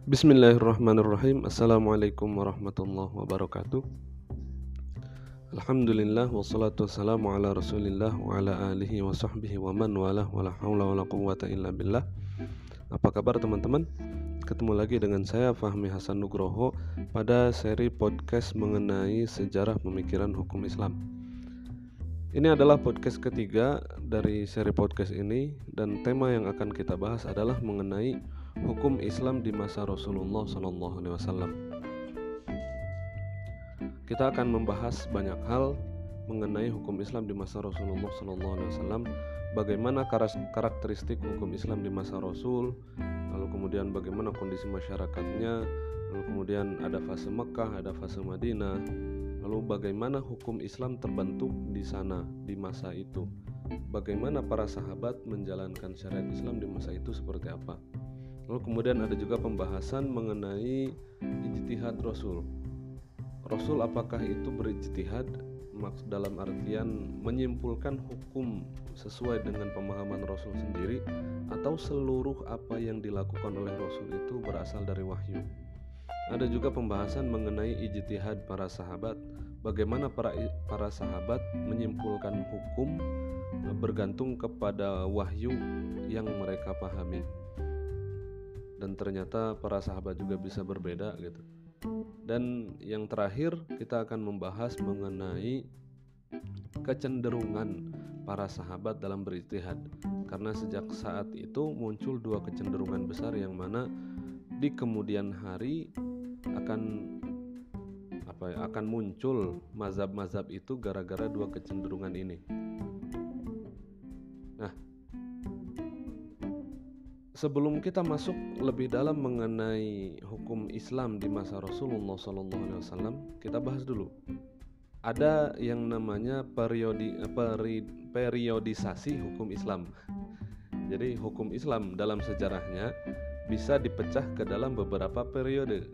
Bismillahirrahmanirrahim. Assalamualaikum warahmatullahi wabarakatuh. Alhamdulillah wassalatu wassalamu ala rasulillah wa ala alihi wa sahbihi wa man walah wa la hawla wa la quwwata illa billah. Apa kabar teman-teman? Ketemu lagi dengan saya Fahmi Hasan Nugroho pada seri podcast mengenai sejarah pemikiran hukum Islam. Ini adalah podcast ketiga dari seri podcast ini, dan tema yang akan kita bahas adalah mengenai hukum Islam di masa Rasulullah SAW. Kita akan membahas banyak hal mengenai hukum Islam di masa Rasulullah SAW, bagaimana karakteristik hukum Islam di masa Rasul, lalu kemudian bagaimana kondisi masyarakatnya, lalu kemudian ada fase Mekah, ada fase Madinah, lalu bagaimana hukum Islam terbentuk di sana di masa itu, bagaimana para sahabat menjalankan syariat Islam di masa itu seperti apa. Lalu kemudian ada juga pembahasan mengenai ijtihad Rasul. Rasul apakah itu berijtihad dalam artian menyimpulkan hukum sesuai dengan pemahaman Rasul sendiri, atau seluruh apa yang dilakukan oleh Rasul itu berasal dari wahyu. Ada juga pembahasan mengenai ijtihad para sahabat, bagaimana para sahabat menyimpulkan hukum bergantung kepada wahyu yang mereka pahami. Dan ternyata para sahabat juga bisa berbeda gitu. Dan yang terakhir kita akan membahas mengenai kecenderungan para sahabat dalam berijtihad, karena sejak saat itu muncul dua kecenderungan besar yang mana di kemudian hari akan muncul mazhab-mazhab itu gara-gara dua kecenderungan ini. Nah, sebelum kita masuk lebih dalam mengenai hukum Islam di masa Rasulullah SAW, kita bahas dulu. Ada yang namanya periodisasi hukum Islam. Jadi hukum Islam dalam sejarahnya bisa dipecah ke dalam beberapa periode.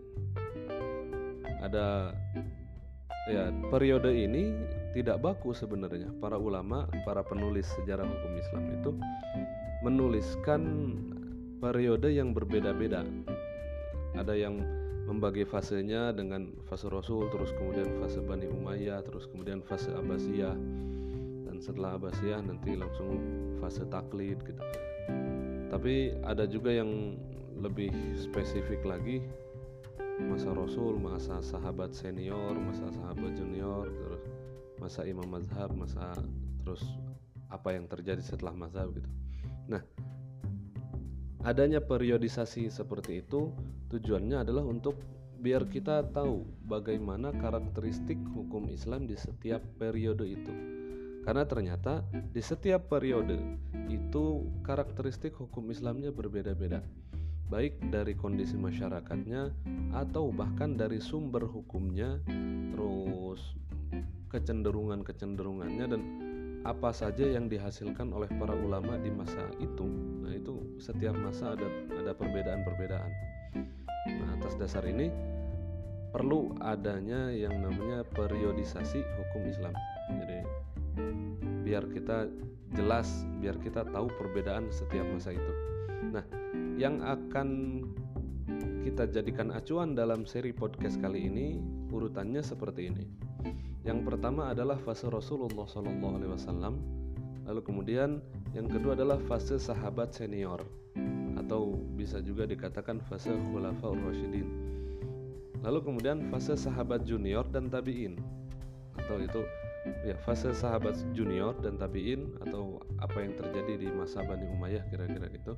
Periode ini tidak baku sebenarnya. Para ulama, para penulis sejarah hukum Islam itu menuliskan periode yang berbeda-beda. Ada yang membagi fasenya dengan fase Rasul, terus kemudian fase Bani Umayyah, terus kemudian fase Abbasiyah, dan setelah Abbasiyah nanti langsung fase taklid gitu. Tapi ada juga yang lebih spesifik lagi, masa Rasul, masa sahabat senior, masa sahabat junior, terus masa imam mazhab, terus apa yang terjadi setelah mazhab gitu. Nah, adanya periodisasi seperti itu tujuannya adalah untuk biar kita tahu bagaimana karakteristik hukum Islam di setiap periode itu. Karena ternyata di setiap periode itu karakteristik hukum Islamnya berbeda-beda, baik dari kondisi masyarakatnya atau bahkan dari sumber hukumnya, terus kecenderungannya dan apa saja yang dihasilkan oleh para ulama di masa itu. Nah, itu setiap masa ada perbedaan-perbedaan. Nah, atas dasar ini perlu adanya yang namanya periodisasi hukum Islam. Jadi biar kita jelas, biar kita tahu perbedaan setiap masa itu. Nah, yang akan kita jadikan acuan dalam seri podcast kali ini urutannya seperti ini. Yang pertama adalah fase Rasulullah SAW, lalu kemudian yang kedua adalah fase sahabat senior, atau bisa juga dikatakan fase Khulafaur Rasyidin. Lalu kemudian fase sahabat junior dan tabi'in, atau itu fase sahabat junior dan tabi'in, atau apa yang terjadi di masa Bani Umayyah kira-kira gitu.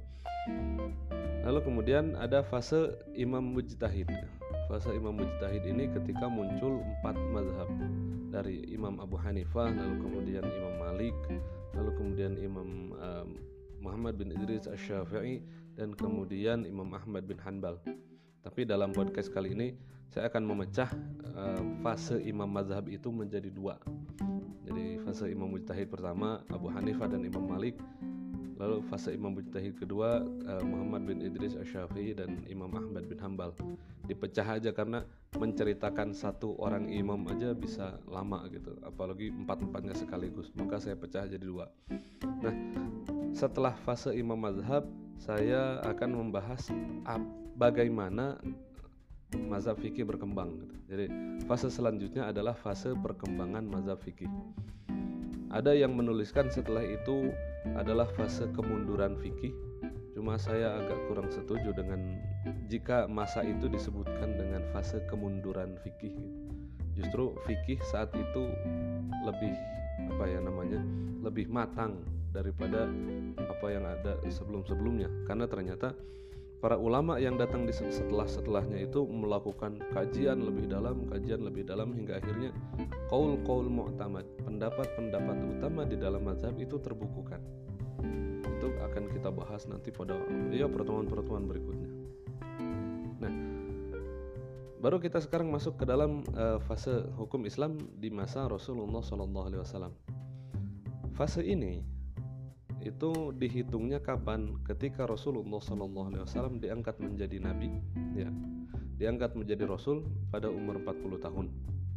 Lalu kemudian ada fase imam mujtahid. Fase imam mujtahid ini ketika muncul 4 mazhab, dari Imam Abu Hanifah, lalu kemudian Imam Malik, lalu kemudian Imam Muhammad bin Idris Asy-Syafi'i, dan kemudian Imam Ahmad bin Hanbal. Tapi dalam podcast kali ini saya akan memecah fase imam mazhab itu menjadi 2. Jadi fase imam mujtahid pertama Abu Hanifah dan Imam Malik, lalu fase imam mujtahid kedua Muhammad bin Idris Asy-Syafi'i dan Imam Ahmad bin Hanbal. Dipecah aja karena menceritakan satu orang imam aja bisa lama gitu, apalagi 4-4-nya sekaligus, maka saya pecah jadi 2. Nah, setelah fase imam mazhab saya akan membahas bagaimana mazhab fikih berkembang gitu. Jadi fase selanjutnya adalah fase perkembangan mazhab fikih. Ada yang menuliskan setelah itu adalah fase kemunduran fikih. Cuma saya agak kurang setuju dengan jika masa itu disebutkan dengan fase kemunduran fikih. Justru fikih saat itu lebih lebih matang daripada apa yang ada sebelum-sebelumnya, karena ternyata para ulama yang datang setelahnya itu melakukan kajian lebih dalam hingga akhirnya qaul mu'tamad, pendapat utama di dalam mazhab itu terbukukan. Itu akan kita bahas nanti pada pertemuan-pertemuan berikutnya. Nah, baru kita sekarang masuk ke dalam fase hukum Islam di masa Rasulullah SAW. Fase ini itu dihitungnya kapan? Ketika Rasulullah SAW diangkat menjadi nabi, ya, diangkat menjadi rasul pada umur 40 tahun.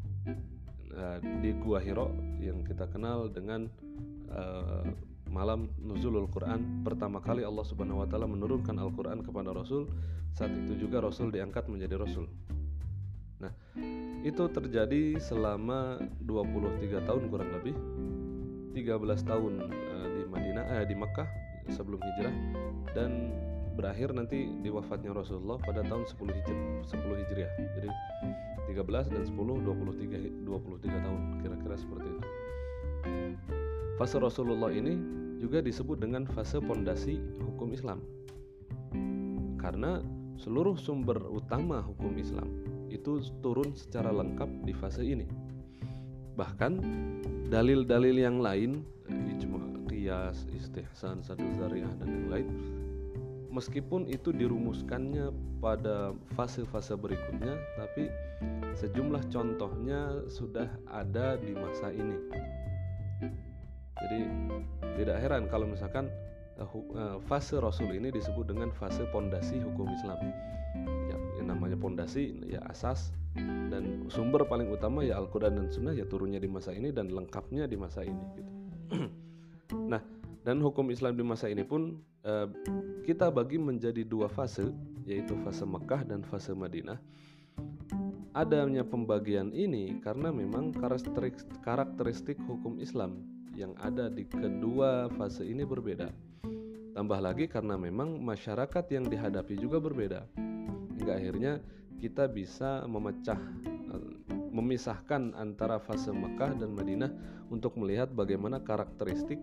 Di Gua Hira yang kita kenal dengan malam nuzulul Quran, pertama kali Allah Subhanahu wa taala menurunkan Al-Quran kepada Rasul. Saat itu juga Rasul diangkat menjadi Rasul. Nah, itu terjadi selama 23 tahun kurang lebih, 13 tahun di Makkah sebelum hijrah, dan berakhir nanti di wafatnya Rasulullah pada tahun 10 Hijriah. Jadi 13 dan 10 23 tahun, kira-kira seperti itu. Fase Rasulullah ini juga disebut dengan fase pondasi hukum Islam, karena seluruh sumber utama hukum Islam itu turun secara lengkap di fase ini. Bahkan dalil-dalil yang lain, ijma, qiyas, istihsan, saddu dzari'ah dan yang lain, meskipun itu dirumuskannya pada fase-fase berikutnya, tapi sejumlah contohnya sudah ada di masa ini. Jadi tidak heran kalau misalkan fase Rasul ini disebut dengan fase pondasi hukum Islam. Ya, yang namanya pondasi ya asas, dan sumber paling utama ya Al-Quran dan Sunnah, ya turunnya di masa ini dan lengkapnya di masa ini gitu. Nah, dan hukum Islam di masa ini pun kita bagi menjadi dua fase, yaitu fase Mekah dan fase Madinah. Adanya pembagian ini karena memang karakteristik hukum Islam yang ada di kedua fase ini berbeda. Tambah lagi karena memang masyarakat yang dihadapi juga berbeda, hingga akhirnya kita bisa memisahkan antara fase Mekah dan Madinah untuk melihat bagaimana karakteristik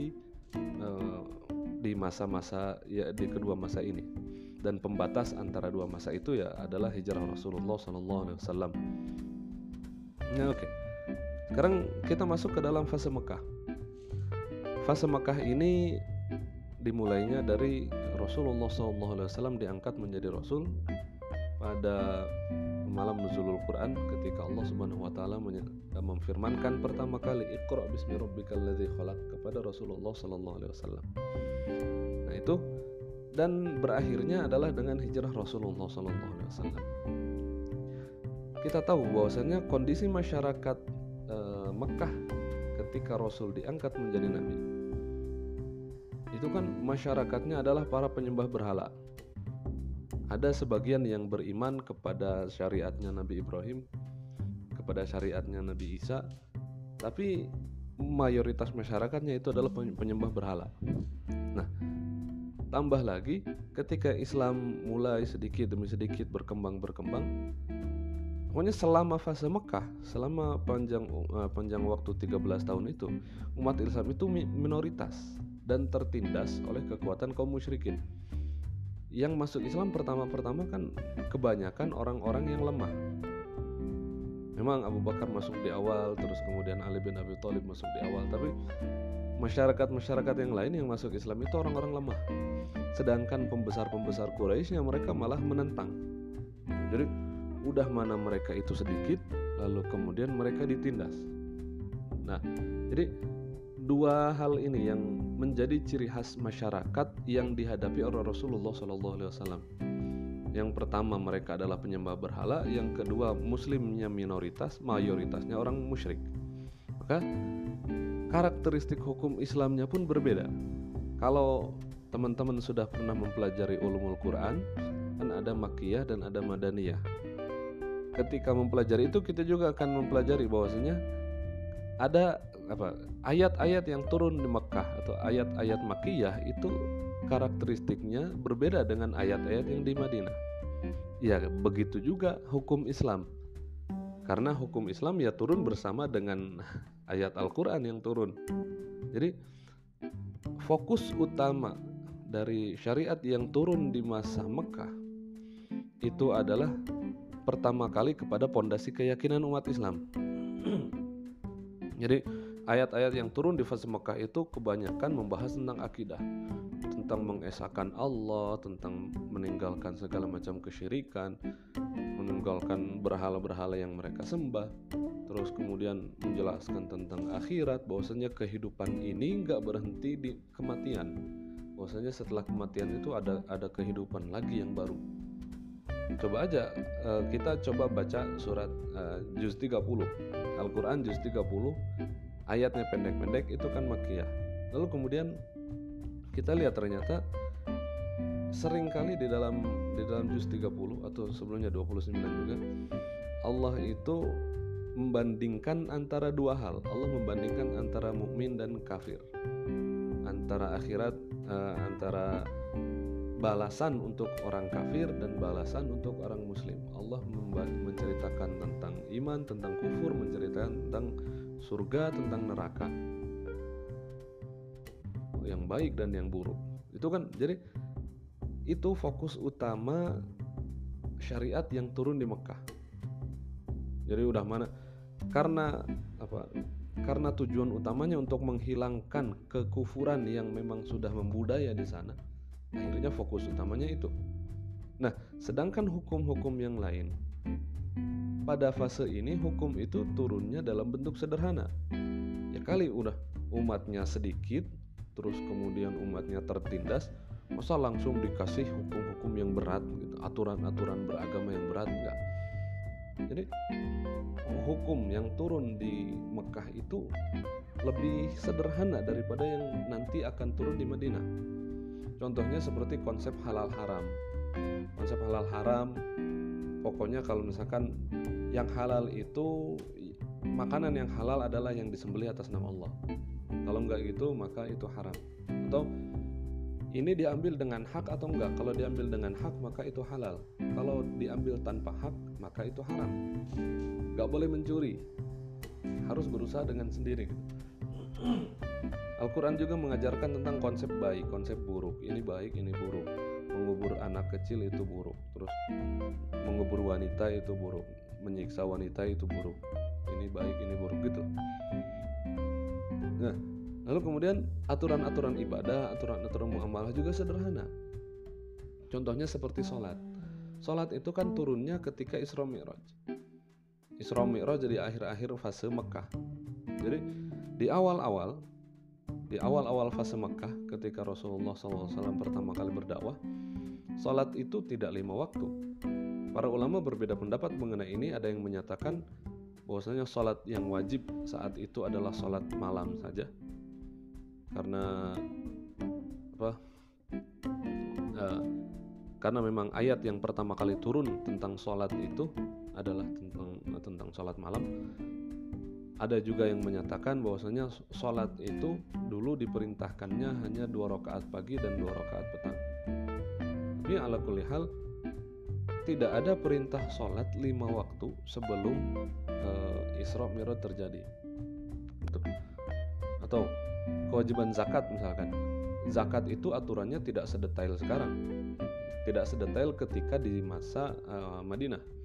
di masa-masa ya di kedua masa ini. Dan pembatas antara dua masa itu ya adalah hijrah Rasulullah SAW. Nah, oke. Sekarang kita masuk ke dalam fase Mekah. Fase Mekah ini dimulainya dari Rasulullah SAW diangkat menjadi Rasul pada malam nuzulul Quran, ketika Allah Subhanahu wa taala memfirmankan pertama kali Iqra bismi rabbikal ladzi khalaq kepada Rasulullah SAW. Nah, itu, dan berakhirnya adalah dengan hijrah Rasulullah SAW. Kita tahu bahwasanya kondisi masyarakat Mekah ketika Rasul diangkat menjadi nabi, itu kan masyarakatnya adalah para penyembah berhala. Ada sebagian yang beriman kepada syariatnya Nabi Ibrahim, kepada syariatnya Nabi Isa, tapi mayoritas masyarakatnya itu adalah penyembah berhala. Nah, tambah lagi ketika Islam mulai sedikit demi sedikit berkembang, pokoknya selama fase Mekah, selama panjang waktu 13 tahun itu, umat Islam itu minoritas dan tertindas oleh kekuatan kaum musyrikin. Yang masuk Islam pertama-pertama kan kebanyakan orang-orang yang lemah. Memang Abu Bakar masuk di awal, terus kemudian Ali bin Abi Thalib masuk di awal, tapi masyarakat yang lain yang masuk Islam itu orang-orang lemah. Sedangkan pembesar-pembesar Quraisy yang mereka malah menentang. Jadi udah mana mereka itu sedikit, lalu kemudian mereka ditindas. Nah, jadi dua hal ini yang menjadi ciri khas masyarakat yang dihadapi oleh Rasulullah SAW. Yang pertama, mereka adalah penyembah berhala. Yang kedua, muslimnya minoritas, mayoritasnya orang musyrik. Maka karakteristik hukum Islamnya pun berbeda. Kalau teman-teman sudah pernah mempelajari ulumul Quran, kan ada Makkiyah dan ada Madaniyah. Ketika mempelajari itu kita juga akan mempelajari bahwasanya ada ayat-ayat yang turun di Mekah atau ayat-ayat Makkiyah itu karakteristiknya berbeda dengan ayat-ayat yang di Madinah. Ya, begitu juga hukum Islam. Karena hukum Islam ya turun bersama dengan ayat Al-Quran yang turun. Jadi fokus utama dari syariat yang turun di masa Mekah itu adalah pertama kali kepada pondasi keyakinan umat Islam. Jadi ayat-ayat yang turun di fase Mekah itu kebanyakan membahas tentang akidah, tentang mengesahkan Allah, tentang meninggalkan segala macam kesyirikan, meninggalkan berhala-berhala yang mereka sembah, terus kemudian menjelaskan tentang akhirat, bahwasanya kehidupan ini nggak berhenti di kematian, bahwasanya setelah kematian itu ada kehidupan lagi yang baru. Coba aja kita coba baca surat juz 30 Al-Quran juz 30, ayatnya pendek-pendek, itu kan Makkiyah. Lalu kemudian kita lihat ternyata seringkali di dalam juz 30 atau sebelumnya 29 juga, Allah itu membandingkan antara dua hal. Allah membandingkan antara mukmin dan kafir, antara akhirat, antara balasan untuk orang kafir dan balasan untuk orang muslim. Allah menceritakan tentang iman, tentang kufur, menceritakan tentang surga, tentang neraka, yang baik dan yang buruk. Itu kan, jadi itu fokus utama syariat yang turun di Mekah. Jadi udah mana? Karena tujuan utamanya untuk menghilangkan kekufuran yang memang sudah membudaya di sana. Akhirnya fokus utamanya itu. Nah, sedangkan hukum-hukum yang lain, pada fase ini hukum itu turunnya dalam bentuk sederhana. Ya kali udah umatnya sedikit, terus kemudian umatnya tertindas, masa langsung dikasih hukum-hukum yang berat gitu, aturan-aturan beragama yang berat, enggak. Jadi hukum yang turun di Mekah itu lebih sederhana daripada yang nanti akan turun di Madinah. Contohnya seperti konsep halal haram. Konsep halal haram, pokoknya kalau misalkan yang halal itu, makanan yang halal adalah yang disembelih atas nama Allah. Kalau enggak gitu maka itu haram. Atau ini diambil dengan hak atau enggak. Kalau diambil dengan hak maka itu halal. Kalau diambil tanpa hak maka itu haram. Enggak boleh mencuri, harus berusaha dengan sendiri gitu. Al-Quran juga mengajarkan tentang konsep baik, konsep buruk. Ini baik, ini buruk. Mengubur anak kecil itu buruk. Terus mengubur wanita itu buruk. Menyiksa wanita itu buruk. Ini baik, ini buruk gitu. Nah, lalu kemudian aturan-aturan ibadah, aturan-aturan muamalah juga sederhana. Contohnya seperti sholat. Sholat itu kan turunnya ketika Isra Mi'raj. Isra Mi'raj jadi akhir-akhir fase Mekah. Jadi di awal-awal fase Mekah, ketika Rasulullah SAW pertama kali berdakwah, salat itu tidak 5 waktu. Para ulama berbeda pendapat mengenai ini. Ada yang menyatakan bahwasanya salat yang wajib saat itu adalah salat malam saja, karena karena memang ayat yang pertama kali turun tentang salat itu adalah tentang salat malam. Ada juga yang menyatakan bahwasanya sholat itu dulu diperintahkannya hanya 2 rakaat pagi dan 2 rakaat petang. Tapi ala kulli hal tidak ada perintah sholat 5 waktu sebelum Isra Mi'raj terjadi. Atau kewajiban zakat misalkan. Zakat itu aturannya tidak sedetail sekarang. Tidak sedetail ketika di masa Madinah.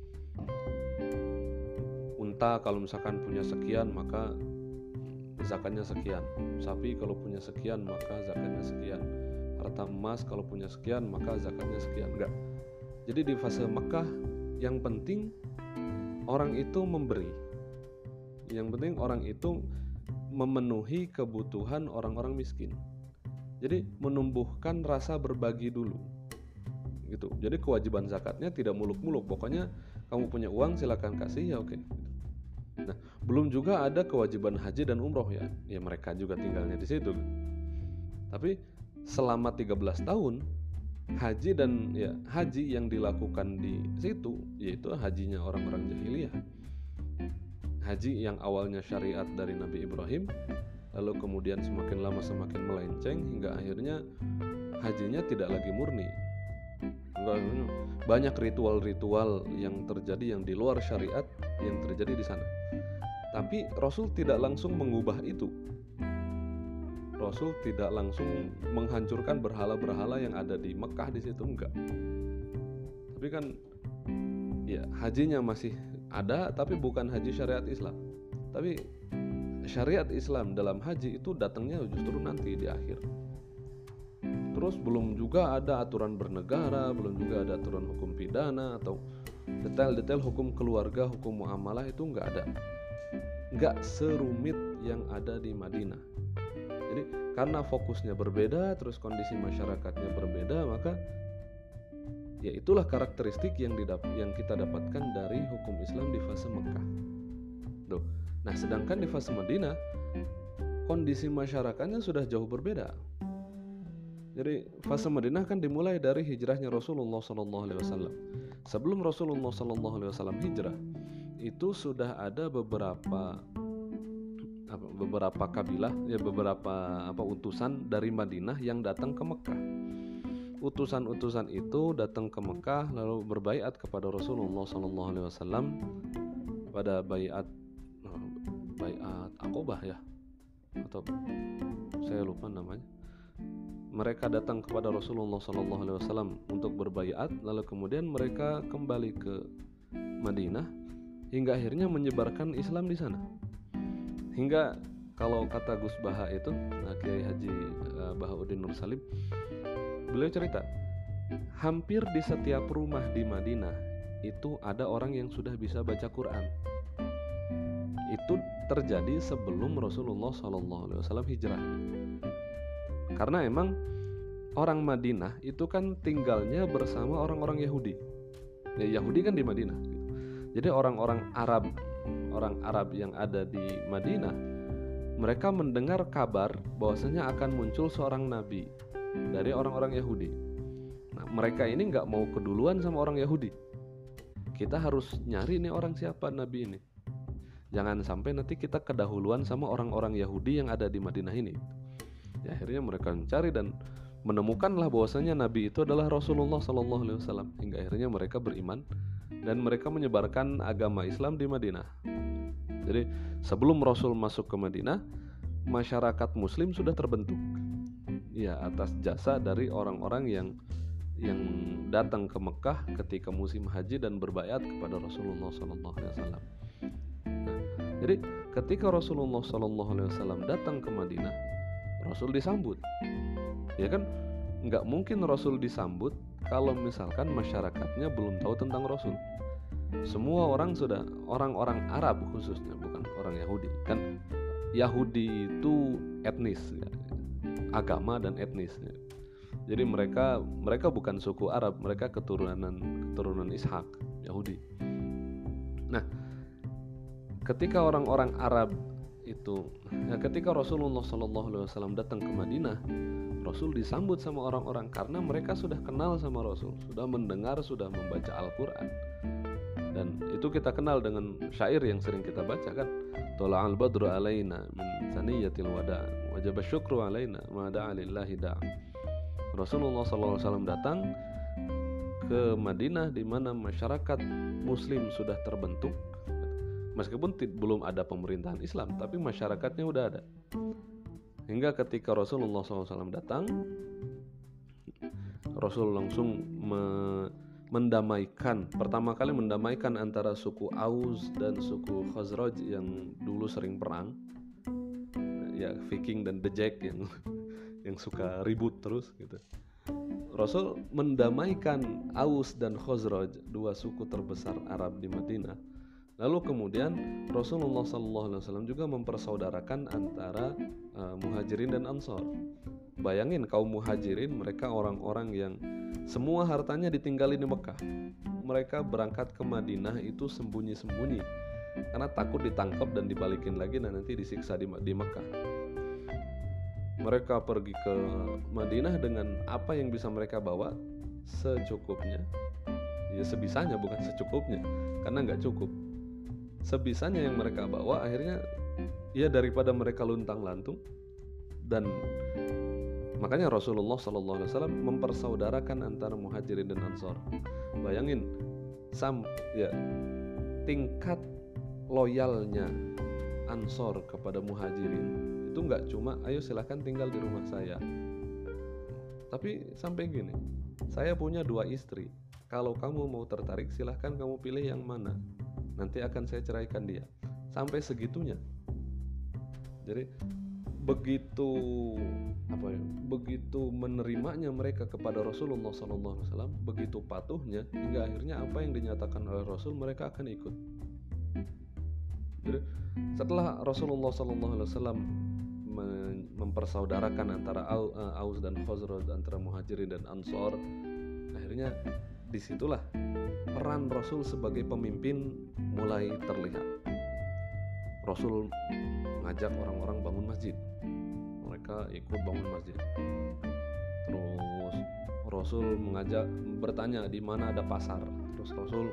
Unta kalau misalkan punya sekian maka zakatnya sekian, sapi kalau punya sekian maka zakatnya sekian, harta emas kalau punya sekian maka zakatnya sekian. Enggak. Jadi di fase Mekah yang penting orang itu memberi, yang penting orang itu memenuhi kebutuhan orang-orang miskin. Jadi menumbuhkan rasa berbagi dulu gitu. Jadi kewajiban zakatnya tidak muluk-muluk, pokoknya kamu punya uang silakan kasih, ya oke. Nah, belum juga ada kewajiban haji dan umroh ya mereka juga tinggalnya di situ. Tapi selama 13 tahun haji yang dilakukan di situ yaitu hajinya orang-orang jahiliyah. Haji yang awalnya syariat dari Nabi Ibrahim, lalu kemudian semakin lama semakin melenceng hingga akhirnya hajinya tidak lagi murni. Banyak ritual-ritual yang terjadi yang di luar syariat yang terjadi di sana. Tapi Rasul tidak langsung mengubah itu. Rasul tidak langsung menghancurkan berhala-berhala yang ada di Mekah di situ, enggak. Tapi kan hajinya masih ada, tapi bukan haji syariat Islam. Tapi syariat Islam dalam haji itu datangnya justru nanti di akhir. Terus belum juga ada aturan bernegara, belum juga ada aturan hukum pidana atau detail-detail hukum keluarga, hukum muamalah itu enggak ada. Enggak serumit yang ada di Madinah. Jadi karena fokusnya berbeda, terus kondisi masyarakatnya berbeda, maka ya itulah karakteristik yang kita dapatkan dari hukum Islam di fase Mekah. Nah, sedangkan di fase Madinah kondisi masyarakatnya sudah jauh berbeda. Jadi fase Madinah kan dimulai dari hijrahnya Rasulullah SAW. Sebelum Rasulullah SAW hijrah, itu sudah ada beberapa kabilah, beberapa utusan dari Madinah yang datang ke Mekah. Utusan-utusan itu datang ke Mekah lalu berbaiat kepada Rasulullah SAW pada baiat Aqobah ya, atau saya lupa namanya. Mereka datang kepada Rasulullah SAW untuk berbaiat, lalu kemudian mereka kembali ke Madinah hingga akhirnya menyebarkan Islam di sana. Hingga kalau kata Gus Baha itu, Kiai Haji Bahauddin Nur Salim, beliau cerita, hampir di setiap rumah di Madinah itu ada orang yang sudah bisa baca Quran. Itu terjadi sebelum Rasulullah SAW hijrah. Karena emang orang Madinah itu kan tinggalnya bersama orang-orang Yahudi. Yahudi kan di Madinah. Jadi orang-orang Arab yang ada di Madinah, mereka mendengar kabar bahwasanya akan muncul seorang nabi dari orang-orang Yahudi. Nah, mereka ini nggak mau keduluan sama orang Yahudi. Kita harus nyari nih orang siapa nabi ini. Jangan sampai nanti kita kedahuluan sama orang-orang Yahudi yang ada di Madinah ini. Ya, akhirnya mereka mencari dan menemukanlah bahwasanya nabi itu adalah Rasulullah SAW. Hingga akhirnya mereka beriman dan mereka menyebarkan agama Islam di Madinah. Jadi sebelum Rasul masuk ke Madinah, masyarakat Muslim sudah terbentuk. Ya, atas jasa dari orang-orang yang datang ke Mekah ketika musim haji dan berbaiat kepada Rasulullah SAW. Nah, jadi ketika Rasulullah SAW datang ke Madinah, Rasul disambut. Ya kan, nggak mungkin Rasul disambut kalau misalkan masyarakatnya belum tahu tentang Rasul. Semua orang Arab khususnya, bukan orang Yahudi. Kan Yahudi itu etnis ya, agama dan etnis ya. Jadi mereka bukan suku Arab, mereka keturunan Ishak, Yahudi. Nah, ketika orang-orang Arab itu, ketika Rasulullah SAW datang ke Madinah, Rasul disambut sama orang-orang karena mereka sudah kenal sama Rasul, sudah mendengar, sudah membaca Al-Quran. Dan itu kita kenal dengan syair yang sering kita baca kan, Tola'al badru alaina min saniyatil wada' wajib syukru alaina ma da'a lillahi da'. Rasulullah SAW datang ke Madinah di mana masyarakat Muslim sudah terbentuk. Meskipun belum ada pemerintahan Islam, tapi masyarakatnya udah ada. Hingga ketika Rasulullah SAW datang, Rasul langsung pertama kali mendamaikan antara suku Aus dan suku Khazraj yang dulu sering perang. Ya, Viking dan The Jack yang suka ribut terus gitu. Rasul mendamaikan Aus dan Khazraj, dua suku terbesar Arab di Madinah. Lalu kemudian Rasulullah SAW juga mempersaudarakan antara Muhajirin dan Ansor. Bayangin kaum Muhajirin, mereka orang-orang yang semua hartanya ditinggalin di Mekah. Mereka berangkat ke Madinah itu sembunyi-sembunyi karena takut ditangkap dan dibalikin lagi dan nanti disiksa di Mekah. mereka pergi ke Madinah dengan apa yang bisa mereka bawa secukupnya, ya sebisanya, bukan secukupnya, karena nggak cukup. Sebisanya yang mereka bawa, akhirnya ya daripada mereka luntang-lantung. Dan makanya Rasulullah SAW mempersaudarakan antara muhajirin dan ansor. Bayangin, ya tingkat loyalnya ansor kepada muhajirin itu nggak cuma ayo silahkan tinggal di rumah saya, tapi sampai gini, saya punya 2 istri, kalau kamu mau tertarik silahkan kamu pilih yang mana, nanti akan saya ceraikan dia. Sampai segitunya. Jadi begitu menerimanya mereka kepada Rasulullah SAW, begitu patuhnya, hingga akhirnya apa yang dinyatakan oleh Rasul mereka akan ikut. Jadi setelah Rasulullah SAW mempersaudarakan antara Aus dan Khazraj, antara Muhajirin dan Ansor, akhirnya disitulah peran Rasul sebagai pemimpin mulai terlihat. Rasul mengajak orang-orang bangun masjid, mereka ikut bangun masjid. Terus Rasul bertanya di mana ada pasar. Terus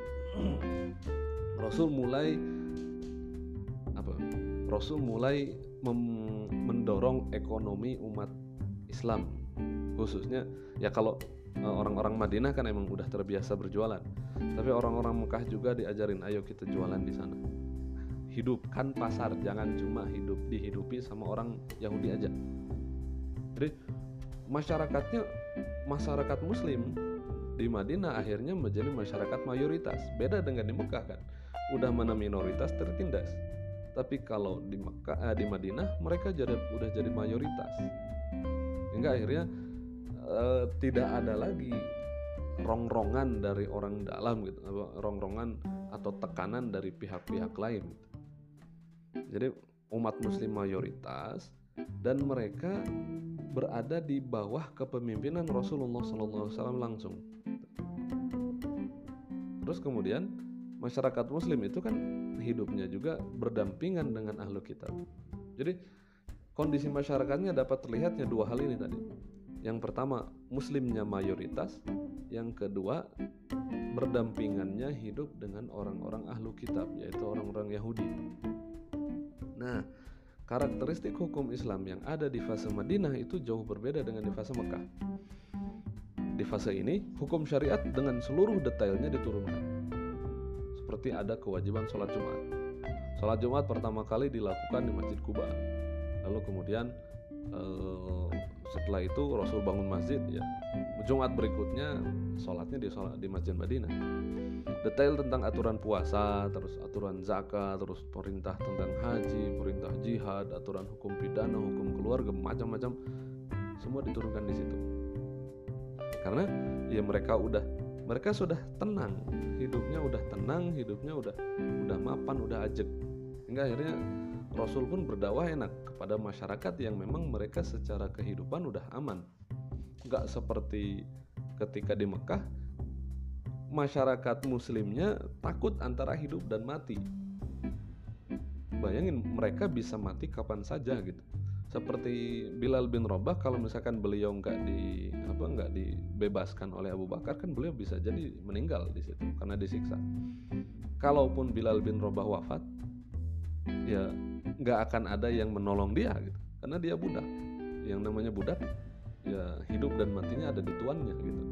Rasul mulai mendorong ekonomi umat Islam, khususnya ya kalau orang-orang Madinah kan emang udah terbiasa berjualan, tapi orang-orang Mekah juga diajarin, ayo kita jualan di sana. Hidupkan pasar, jangan cuma dihidupi sama orang Yahudi aja. Jadi masyarakat Muslim di Madinah akhirnya menjadi masyarakat mayoritas. Beda dengan di Mekah kan, udah mana minoritas tertindas. Tapi kalau di Madinah mereka udah jadi mayoritas. Hingga akhirnya tidak ada lagi rongrongan dari orang dalam gitu, rongrongan atau tekanan dari pihak-pihak lain gitu. Jadi umat muslim mayoritas dan mereka berada di bawah kepemimpinan Rasulullah SAW langsung. Terus kemudian masyarakat muslim itu kan hidupnya juga berdampingan dengan ahlu kitab. Jadi kondisi masyarakatnya dapat terlihatnya 2 hal ini tadi. Yang pertama, muslimnya mayoritas. Yang kedua, berdampingannya hidup dengan orang-orang ahlu kitab, yaitu orang-orang Yahudi. Nah, karakteristik hukum Islam yang ada di fase Madinah itu jauh berbeda dengan di fase Mekah. Di fase ini, hukum syariat dengan seluruh detailnya diturunkan. Seperti ada kewajiban sholat Jumat. Sholat Jumat pertama kali dilakukan di Masjid Quba. Lalu kemudian setelah itu Rasul bangun masjid, ya Jumat berikutnya sholatnya di Masjid Madinah. Detail tentang aturan puasa, terus aturan zakat, terus perintah tentang haji, perintah jihad, aturan hukum pidana, hukum keluarga, macam-macam, semua diturunkan di situ. Karena ya mereka sudah tenang, hidupnya udah mapan, udah ajeg. Hingga akhirnya Rasul pun berdakwah enak kepada masyarakat yang memang mereka secara kehidupan udah aman. Gak seperti ketika di Mekah, masyarakat muslimnya takut antara hidup dan mati. Bayangin, mereka bisa mati kapan saja gitu. Seperti Bilal bin Rabah, kalau misalkan beliau nggak dibebaskan oleh Abu Bakar, kan beliau bisa jadi meninggal di situ karena disiksa. Kalaupun Bilal bin Rabah wafat, ya nggak akan ada yang menolong dia gitu, karena dia budak. Yang namanya budak, ya hidup dan matinya ada di tuannya gitu.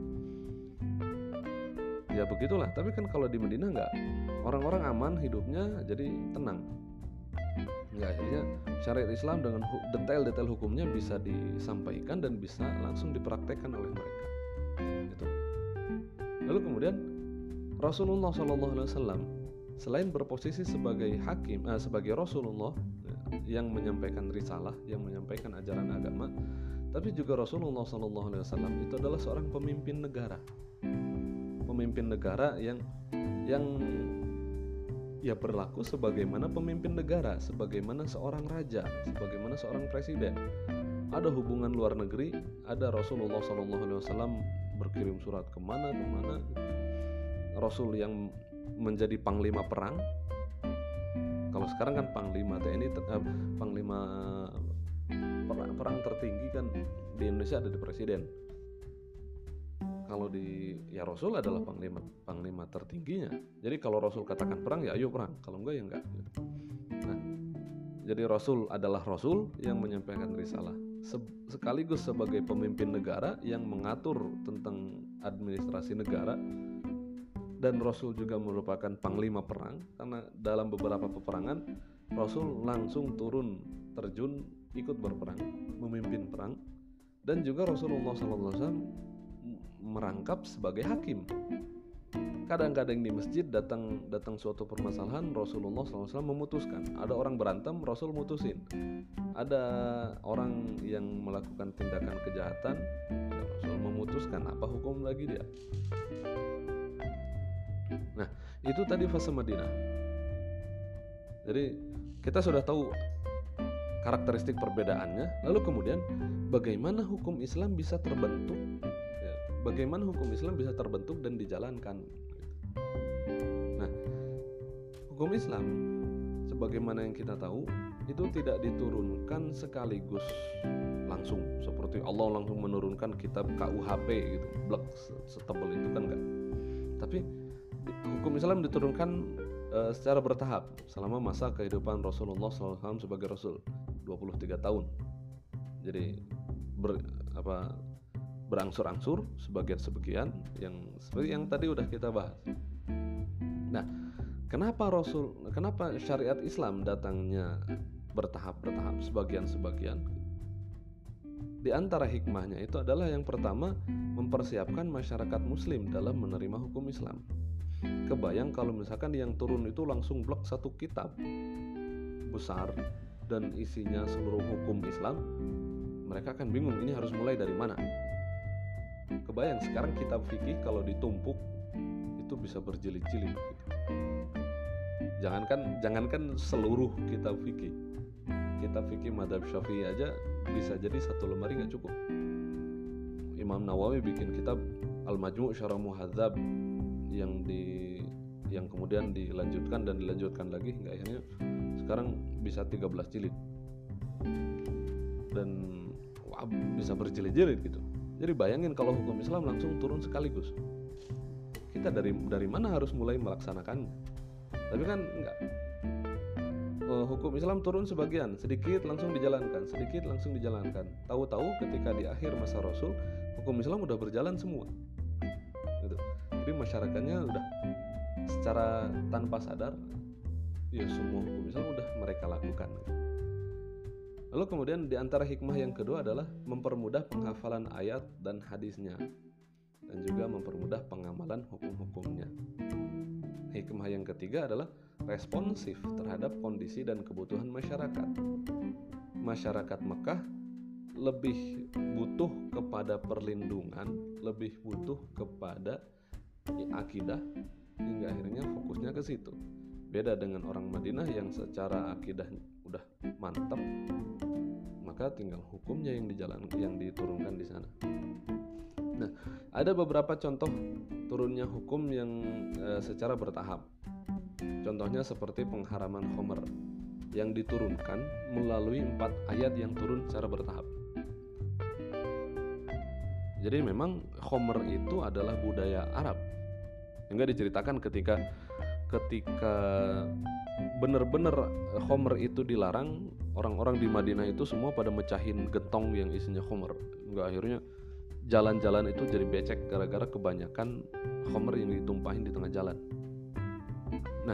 Ya begitulah. Tapi kan kalau di Madinah nggak, orang-orang aman hidupnya, jadi tenang. Ya akhirnya syariat Islam dengan detail-detail hukumnya bisa disampaikan dan bisa langsung dipraktekkan oleh mereka. Gitu. Lalu kemudian Rasulullah SAW selain berposisi sebagai hakim, sebagai Rasulullah yang menyampaikan risalah, yang menyampaikan ajaran agama, tapi juga Rasulullah SAW itu adalah seorang pemimpin negara yang ya berlaku sebagaimana pemimpin negara, sebagaimana seorang raja, sebagaimana seorang presiden. Ada hubungan luar negeri, ada Rasulullah SAW berkirim surat kemana. Rasul yang menjadi panglima perang. Kalau sekarang kan panglima TNI, perang tertinggi kan di Indonesia ada di presiden. Kalau di ya Rasul adalah panglima tertingginya. Jadi kalau Rasul katakan perang ya ayo perang, kalau enggak ya enggak. Nah, jadi Rasul adalah Rasul yang menyampaikan risalah, sekaligus sebagai pemimpin negara yang mengatur tentang administrasi negara. Dan Rasul juga merupakan panglima perang, karena dalam beberapa peperangan Rasul langsung turun terjun ikut berperang, memimpin perang. Dan juga Rasulullah SAW merangkap sebagai hakim. Kadang-kadang di masjid datang suatu permasalahan, Rasulullah SAW memutuskan. Ada orang berantem, Rasul mutusin. Ada orang yang melakukan tindakan kejahatan, Rasul memutuskan apa hukum lagi dia. Nah, itu tadi fase Madinah. Jadi kita sudah tahu karakteristik perbedaannya. Lalu kemudian bagaimana hukum Islam bisa terbentuk? Bagaimana hukum Islam bisa terbentuk dan dijalankan? Nah, hukum Islam sebagaimana yang kita tahu itu tidak diturunkan sekaligus langsung, seperti Allah langsung menurunkan kitab KUHP gitu, blek setebal itu kan enggak. Tapi hukum Islam diturunkan secara bertahap selama masa kehidupan Rasulullah SAW sebagai Rasul 23 tahun. Jadi berangsur-angsur sebagian yang seperti yang tadi udah kita bahas. Nah, kenapa syariat Islam datangnya bertahap-bertahap, sebagian-sebagian? Di antara hikmahnya itu adalah yang pertama, mempersiapkan masyarakat muslim dalam menerima hukum Islam. Kebayang kalau misalkan yang turun itu langsung blok satu kitab besar dan isinya seluruh hukum Islam, mereka akan bingung ini harus mulai dari mana. Kebayang sekarang kitab fikih kalau ditumpuk itu bisa berjilid-jilid gitu. Jangankan seluruh kitab fikih. Kitab fikih mazhab Syafi'i aja bisa jadi satu lemari nggak cukup. Imam Nawawi bikin kitab Al-Majmu' Syarah Muhadzab yang kemudian dilanjutkan lagi hingga akhirnya sekarang bisa 13 jilid. Dan bisa berjilid-jilid gitu. Jadi bayangin kalau hukum Islam langsung turun sekaligus. Kita dari mana harus mulai melaksanakannya? Tapi kan enggak. Hukum Islam turun sebagian, sedikit langsung dijalankan. Tahu-tahu ketika di akhir masa Rasul, hukum Islam udah berjalan semua. Gitu. Jadi masyarakatnya udah secara tanpa sadar ya semua hukum Islam udah mereka lakukan. Lalu kemudian di antara hikmah yang kedua adalah mempermudah penghafalan ayat dan hadisnya, dan juga mempermudah pengamalan hukum-hukumnya. Hikmah yang ketiga adalah responsif terhadap kondisi dan kebutuhan masyarakat. Masyarakat Mekah lebih butuh kepada perlindungan, lebih butuh kepada akidah, hingga akhirnya fokusnya ke situ. Beda dengan orang Madinah yang secara akidah udah mantap, maka tinggal hukumnya yang diturunkan di sana. Nah, ada beberapa contoh turunnya hukum yang secara bertahap. Contohnya seperti pengharaman khamr yang diturunkan melalui 4 ayat yang turun secara bertahap. Jadi memang khamr itu adalah budaya Arab. Enggak diceritakan ketika benar-benar khamr itu dilarang, orang-orang di Madinah itu semua pada mecahin gentong yang isinya khamr. Enggak, akhirnya jalan-jalan itu jadi becek gara-gara kebanyakan khamr yang ditumpahin di tengah jalan. Nah,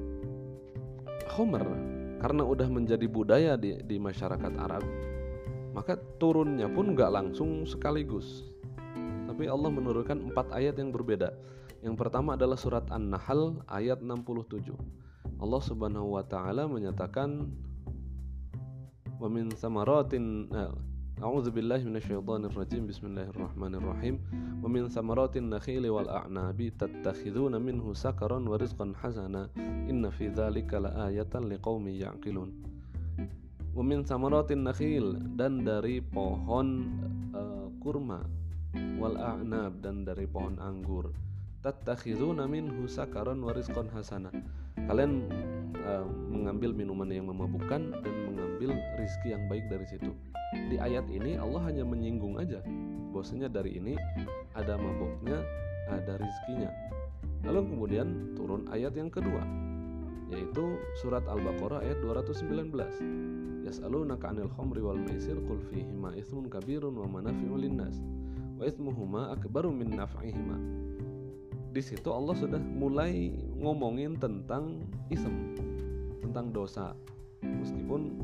khamr karena udah menjadi budaya di masyarakat Arab, maka turunnya pun enggak langsung sekaligus. Tapi Allah menurunkan 4 ayat yang berbeda. Yang pertama adalah surat An-Nahl ayat 67. Allah Subhanahu wa taala menyatakan wa min samaratin a'udzubillahi minasyaitonir rajim bismillahirrahmanirrahim wa min samaratin nakhili wal a'nabi tattakhiduna minhu sakaran wa rizqan hasana inna fi dzalika laayatan liqaumin ya'qilun. Wa min samaratin nakhil, dan dari pohon kurma, wal a'nab, dan dari pohon anggur, tattakhizuna minhu sakaran wa rizqan hasana. Kalian mengambil minuman yang memabukkan dan mengambil rizki yang baik dari situ. Di ayat ini Allah hanya menyinggung aja bahwasanya dari ini ada mabuknya, ada rizkinya. Lalu kemudian turun ayat yang kedua, yaitu surat Al-Baqarah ayat 219. Yas'alunaka 'anil khamri wal maisir qul fihima itsmun kabirun wa manafi'u lin-nas wa itsmuhuma akbaru min naf'ihima. Di situ Allah sudah mulai ngomongin tentang ism, tentang dosa, meskipun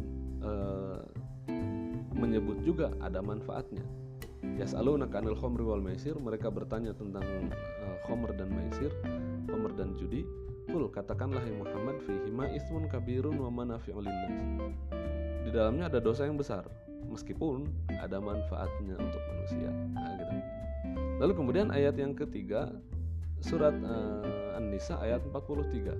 menyebut juga ada manfaatnya. Yas'alunaka 'anil khamri wal maisir, mereka bertanya tentang khamr dan maisir, khamr dan judi. Qul, katakanlah ya Muhammad, fihima ismun kabirun wa manafi'u linnas. Di dalamnya ada dosa yang besar, meskipun ada manfaatnya untuk manusia. Nah, gitu. Lalu kemudian ayat yang ketiga, surat An-Nisa ayat 43.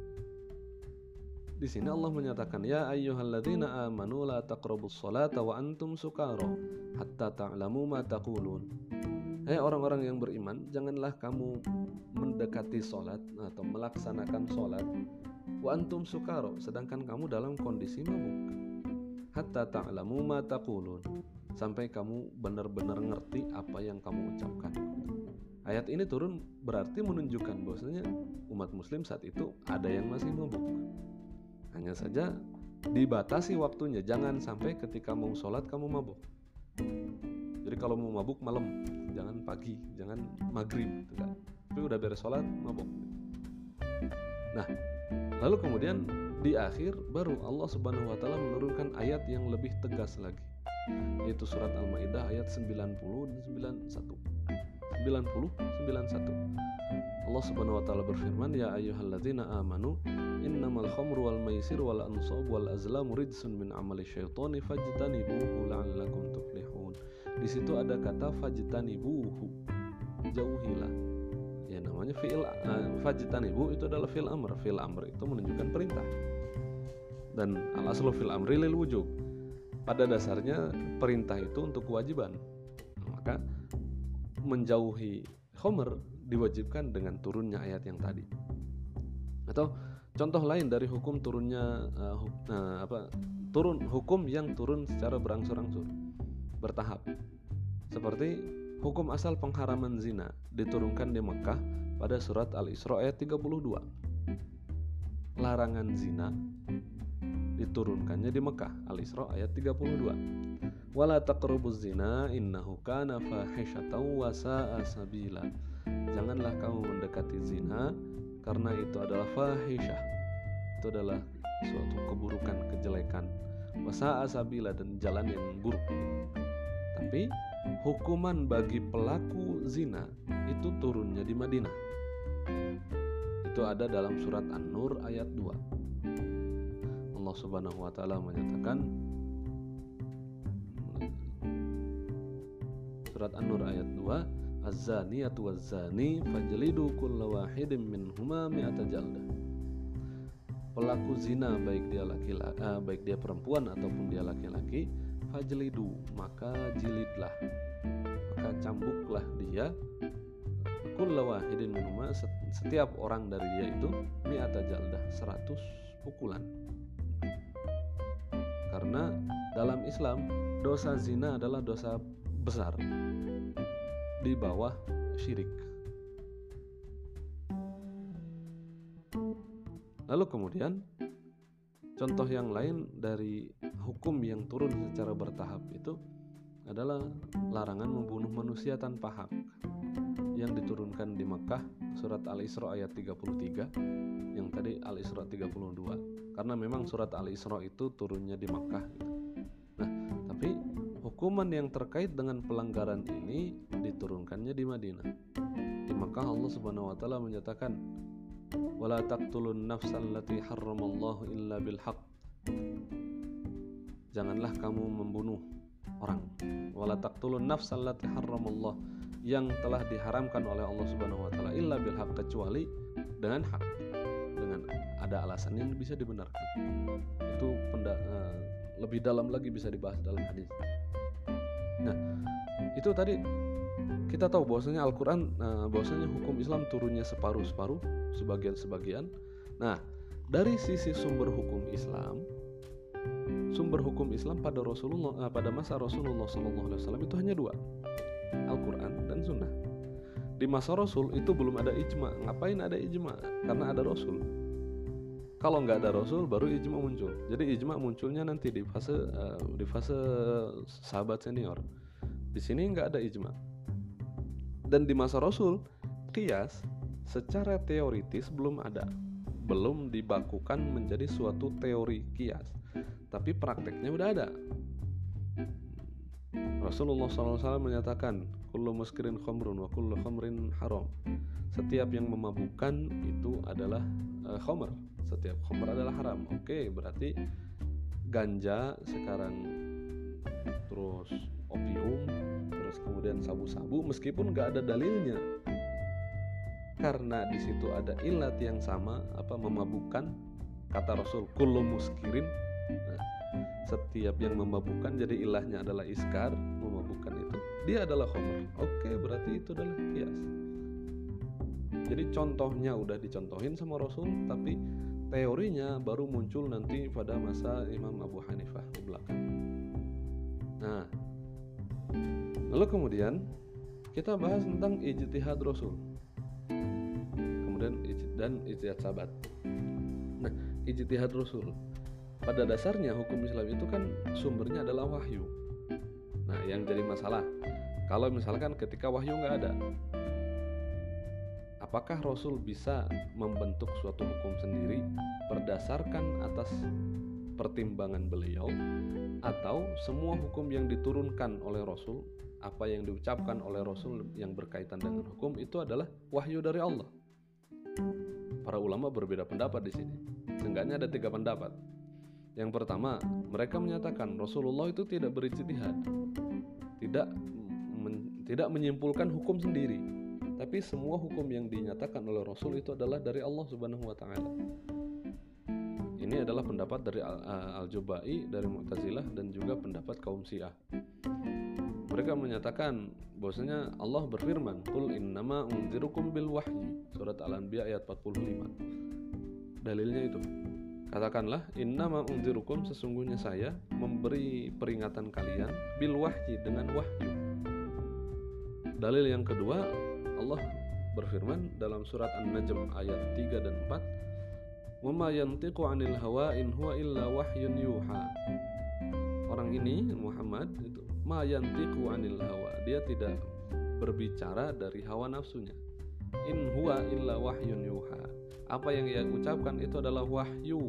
Di sini Allah menyatakan, ya ayyuhalladzina amanu la taqrabus sholata wa antum sukara hatta ta'lamu ma taqulun. Hai orang-orang yang beriman, janganlah kamu mendekati sholat atau melaksanakan sholat wa antum sukara, sedangkan kamu dalam kondisi mabuk. Hatta ta'lamu ma taqulun, sampai kamu benar-benar ngerti apa yang kamu ucapkan. Ayat ini turun berarti menunjukkan bahwasanya umat muslim saat itu ada yang masih mabuk. Hanya saja dibatasi waktunya, jangan sampai ketika mau sholat kamu mabuk. Jadi kalau mau mabuk malam, jangan pagi, jangan maghrib gitu kan. Tapi udah beres sholat mabuk. Nah, lalu kemudian di akhir baru Allah Subhanahu wa taala menurunkan ayat yang lebih tegas lagi, yaitu surat Al-Maidah ayat 90 dan 91. Allah Subhanahu wa taala berfirman, ya ayyuhalladzina amanu innamal khamru wal maisir wal ansab wal azlamu rijsun min amali syaitani fajtanibuhu la'allakum tuflihun. Di situ ada kata fajtanibuhu, jauhilah. Ya, namanya fi'il fajtanibu itu adalah fi'il amr. Fi'il amr itu menunjukkan perintah. Dan al-aslu fil amri lil wujub. Pada dasarnya perintah itu untuk kewajiban. Maka menjauhi khamr diwajibkan dengan turunnya ayat yang tadi. Atau contoh lain dari hukum turunnya hukum yang turun secara berangsur-angsur, bertahap. Seperti hukum asal pengharaman zina diturunkan di Mekah pada surat Al-Isra ayat 32. Larangan zina diturunkannya di Mekah, Al-Isra ayat 32. Wala taqrabuz zina innahu kana fahishatan wa sa'a sabila. Janganlah kamu mendekati zina karena itu adalah fahisyah. Itu adalah suatu keburukan, kejelekan. Wa sa'a sabila, dan jalan yang buruk. Tapi hukuman bagi pelaku zina itu turunnya di Madinah. Itu ada dalam surat An-Nur ayat 2. Allah Subhanahu wa taala menyatakan, surat An-Nur ayat 2, az-zaniyatu waz-zani fajlidu kulla wahidin minhuma mi'ata jaldah. Pelaku zina baik dia perempuan ataupun dia laki-laki, fajlidu, maka jilidlah, maka cambuklah dia, kulla wahidin minhuma, setiap orang dari dia itu mi'ata jaldah, 100 pukulan. Karena dalam Islam dosa zina adalah dosa besar di bawah syirik. Lalu kemudian contoh yang lain dari hukum yang turun secara bertahap itu adalah larangan membunuh manusia tanpa hak yang diturunkan di Mekah, surat Al-Isra ayat 33, yang tadi Al-Isra 32. Karena memang surat Al-Isra itu turunnya di Mekah gitu. Nah, tapi hukuman yang terkait dengan pelanggaran ini diturunkannya di Madinah. Di Mekah Allah Subhanahu wa taala menyatakan, wala taqtulun nafsal lati harramallahu illa bil haqq. Janganlah kamu membunuh orang. Wala taqtulun nafsal lati harramallahu, yang telah diharamkan oleh Allah Subhanahu wa taala, illa bil haqq, kecuali dengan hak, dengan ada alasan yang bisa dibenarkan. Itu lebih dalam lagi bisa dibahas dalam hadis. Nah, itu tadi kita tahu bahwasanya Al-Quran, bahwasanya hukum Islam turunnya separuh-separuh, sebagian-sebagian. Nah, dari sisi sumber hukum Islam pada masa Rasulullah SAW itu hanya dua, Al-Quran dan Sunnah. Di masa Rasul itu belum ada ijma. Ngapain ada ijma? Karena ada Rasul. Kalau nggak ada Rasul, baru ijma muncul. Jadi ijma munculnya nanti di fase sahabat senior. Di sini nggak ada ijma. Dan di masa Rasul, qiyas secara teoritis belum ada, belum dibakukan menjadi suatu teori qiyas. Tapi prakteknya udah ada. Rasulullah SAW menyatakan, kullu muskirin khamrun wa kullu khamrin haram. Setiap yang memabukkan itu adalah khamr. Setiap khamr adalah haram. Oke, berarti ganja sekarang, terus opium, terus kemudian sabu-sabu, meskipun nggak ada dalilnya, karena di situ ada ilat yang sama, memabukkan. Kata Rasul, kullu muskirin. Nah, setiap yang memabukkan, jadi ilahnya adalah iskar, memabukkan itu, dia adalah khamr. Oke, berarti itu adalah qiyas. Jadi contohnya udah dicontohin sama Rasul, tapi teorinya baru muncul nanti pada masa Imam Abu Hanifah di belakang. Nah, lalu kemudian kita bahas tentang ijtihad Rasul, kemudian dan ijtihad sahabat. Nah, ijtihad Rasul, pada dasarnya hukum Islam itu kan sumbernya adalah wahyu. Nah, yang jadi masalah, kalau misalkan ketika wahyu nggak ada, apakah Rasul bisa membentuk suatu hukum sendiri berdasarkan atas pertimbangan beliau, atau semua hukum yang diturunkan oleh Rasul, apa yang diucapkan oleh Rasul yang berkaitan dengan hukum itu adalah wahyu dari Allah? Para ulama berbeda pendapat di sini. Seenggaknya ada 3 pendapat. Yang pertama, mereka menyatakan Rasulullah itu tidak berijtihad, tidak menyimpulkan hukum sendiri, tapi semua hukum yang dinyatakan oleh Rasul itu adalah dari Allah Subhanahu wa Ta'ala. Ini adalah pendapat dari Al-Jubai, dari Mu'tazilah, dan juga pendapat kaum Syiah. Mereka menyatakan bahwasanya Allah berfirman, "Qul innama unzirukum bil wahyi." Surat Al-Anbiya ayat 45. Dalilnya itu, katakanlah, innama unzirukum, sesungguhnya saya memberi peringatan kalian, bil wahyi, dengan wahyu. Dalil yang kedua, Allah berfirman dalam surat An-Najm ayat 3 dan 4, "Wa ma yantiqu 'anil hawa in huwa illa wahyun yuha." Orang ini Muhammad itu ma yantiqu 'anil hawa, dia tidak berbicara dari hawa nafsunya. In huwa illa wahyun yuha, apa yang ia ucapkan itu adalah wahyu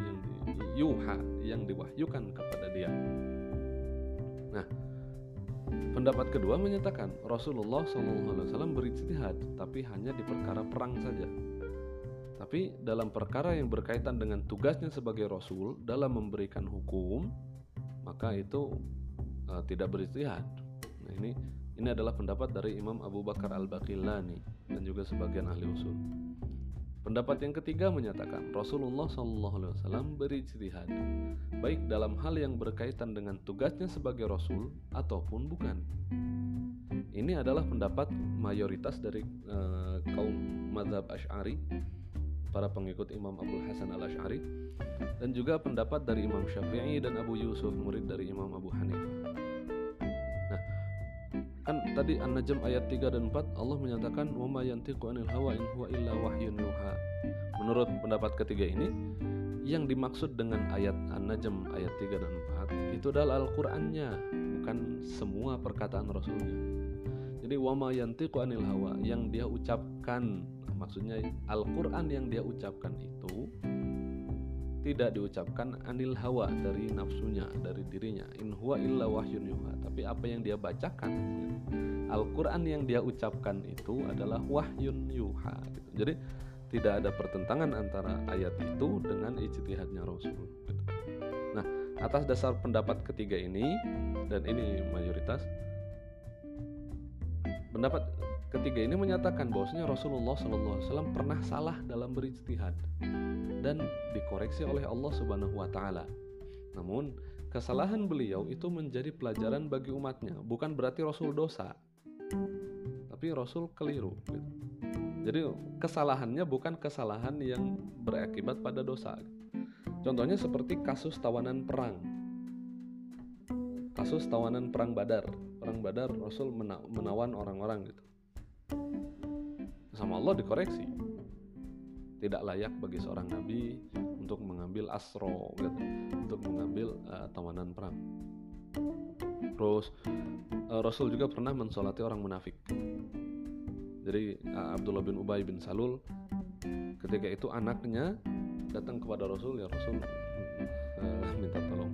yang diwahyukan kepada dia. Nah, pendapat kedua menyatakan Rasulullah SAW berijtihad, tapi hanya di perkara perang saja. Tapi dalam perkara yang berkaitan dengan tugasnya sebagai Rasul dalam memberikan hukum, maka itu tidak berijtihad. Nah, ini adalah pendapat dari Imam Abu Bakar Al-Baqillani dan juga sebagian ahli usul. Pendapat yang ketiga menyatakan Rasulullah SAW berijtihad, baik dalam hal yang berkaitan dengan tugasnya sebagai Rasul ataupun bukan. Ini adalah pendapat mayoritas dari kaum mazhab Asy'ari, para pengikut Imam Abul Hasan Al-Asy'ari, dan juga pendapat dari Imam Syafi'i dan Abu Yusuf, murid dari Imam Abu Hanifah. Nah, kan tadi An-Najm ayat 3 dan 4 Allah menyatakan wa ma yantiqu 'anil hawa in huwa illa wahyun yuha. Menurut pendapat ketiga ini, yang dimaksud dengan ayat An-Najm ayat 3 dan 4 itu adalah Al-Qur'annya, bukan semua perkataan Rasulnya. Jadi wa ma yantiqu 'anil hawa, yang dia ucapkan, maksudnya Al-Quran yang dia ucapkan itu tidak diucapkan anil hawa, dari nafsunya, dari dirinya. In huwa illa wahyun yuha, tapi apa yang dia bacakan, Al-Quran yang dia ucapkan itu adalah wahyun yuha gitu. Jadi tidak ada pertentangan antara ayat itu dengan ijtihadnya Rasul gitu. Nah, atas dasar pendapat ketiga ini, dan ini mayoritas, pendapat ketiga ini menyatakan bahwasanya Rasulullah SAW pernah salah dalam berijtihad dan dikoreksi oleh Allah Subhanahu wa Ta'ala. Namun kesalahan beliau itu menjadi pelajaran bagi umatnya, bukan berarti Rasul dosa. tapi Rasul keliru gitu. Jadi kesalahannya bukan kesalahan yang berakibat pada dosa. Contohnya seperti kasus tawanan perang. Kasus tawanan perang Badar. Perang Badar Rasul menawan orang-orang gitu. Sama Allah dikoreksi. Tidak layak bagi seorang nabi untuk mengambil asro gitu, untuk mengambil tawanan perang. Terus Rasul juga pernah mensolati orang munafik. Jadi Abdullah bin Ubay bin Salul ketika itu anaknya datang kepada Rasul, ya Rasul minta tolong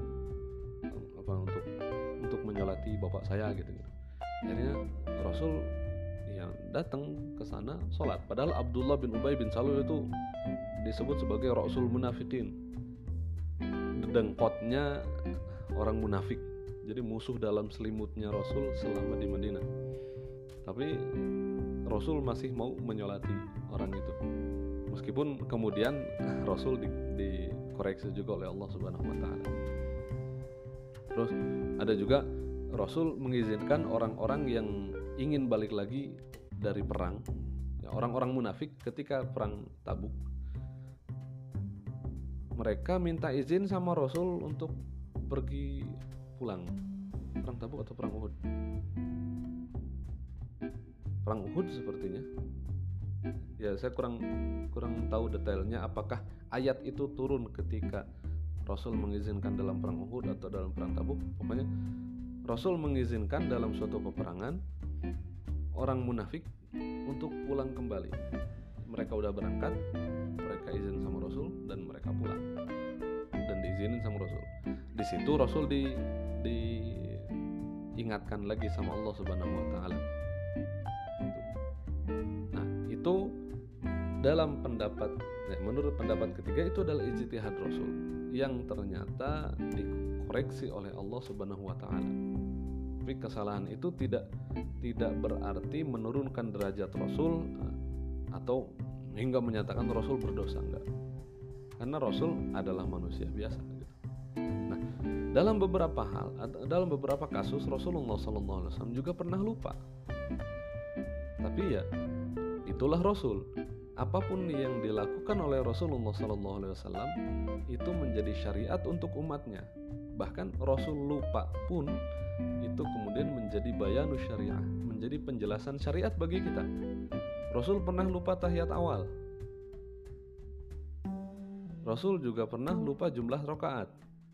untuk menyolati bapak saya gitu. Akhirnya Rasul yang datang ke sana sholat. Padahal Abdullah bin Ubay bin Salul itu disebut sebagai Rasul Munafikin, dengkotnya orang munafik. Jadi musuh dalam selimutnya Rasul selama di Madinah. Tapi Rasul masih mau menyolati orang itu. Meskipun kemudian Rasul dikoreksi juga oleh Allah Subhanahu wa taala. Terus ada juga Rasul mengizinkan orang-orang yang ingin balik lagi dari perang, ya, orang-orang munafik ketika perang Tabuk. Mereka minta izin sama Rasul untuk pergi pulang. Perang Tabuk atau perang Uhud? Perang Uhud sepertinya. Ya, saya kurang tahu detailnya apakah ayat itu turun ketika Rasul mengizinkan dalam perang Uhud atau dalam perang Tabuk. Pokoknya Rasul mengizinkan dalam suatu peperangan orang munafik untuk pulang kembali. Mereka udah berangkat, mereka izin sama Rasul dan mereka pulang dan diizinin sama Rasul. Di situ Rasul diingatkan lagi sama Allah Subhanahu wa taala. Nah, itu dalam pendapat, menurut pendapat ketiga itu adalah ijtihad Rasul yang ternyata dikoreksi oleh Allah Subhanahu wa taala. Tapi kesalahan itu tidak berarti menurunkan derajat Rasul atau hingga menyatakan Rasul berdosa, enggak. Karena Rasul adalah manusia biasa gitu. Nah, dalam beberapa kasus Rasulullah SAW juga pernah lupa. Tapi ya itulah Rasul. Apapun yang dilakukan oleh Rasulullah SAW itu menjadi syariat untuk umatnya. Bahkan Rasul lupa pun itu kemudian menjadi bayanus syariah, menjadi penjelasan syariat bagi kita. Rasul pernah lupa tahiyat awal. Rasul juga pernah lupa jumlah rakaat.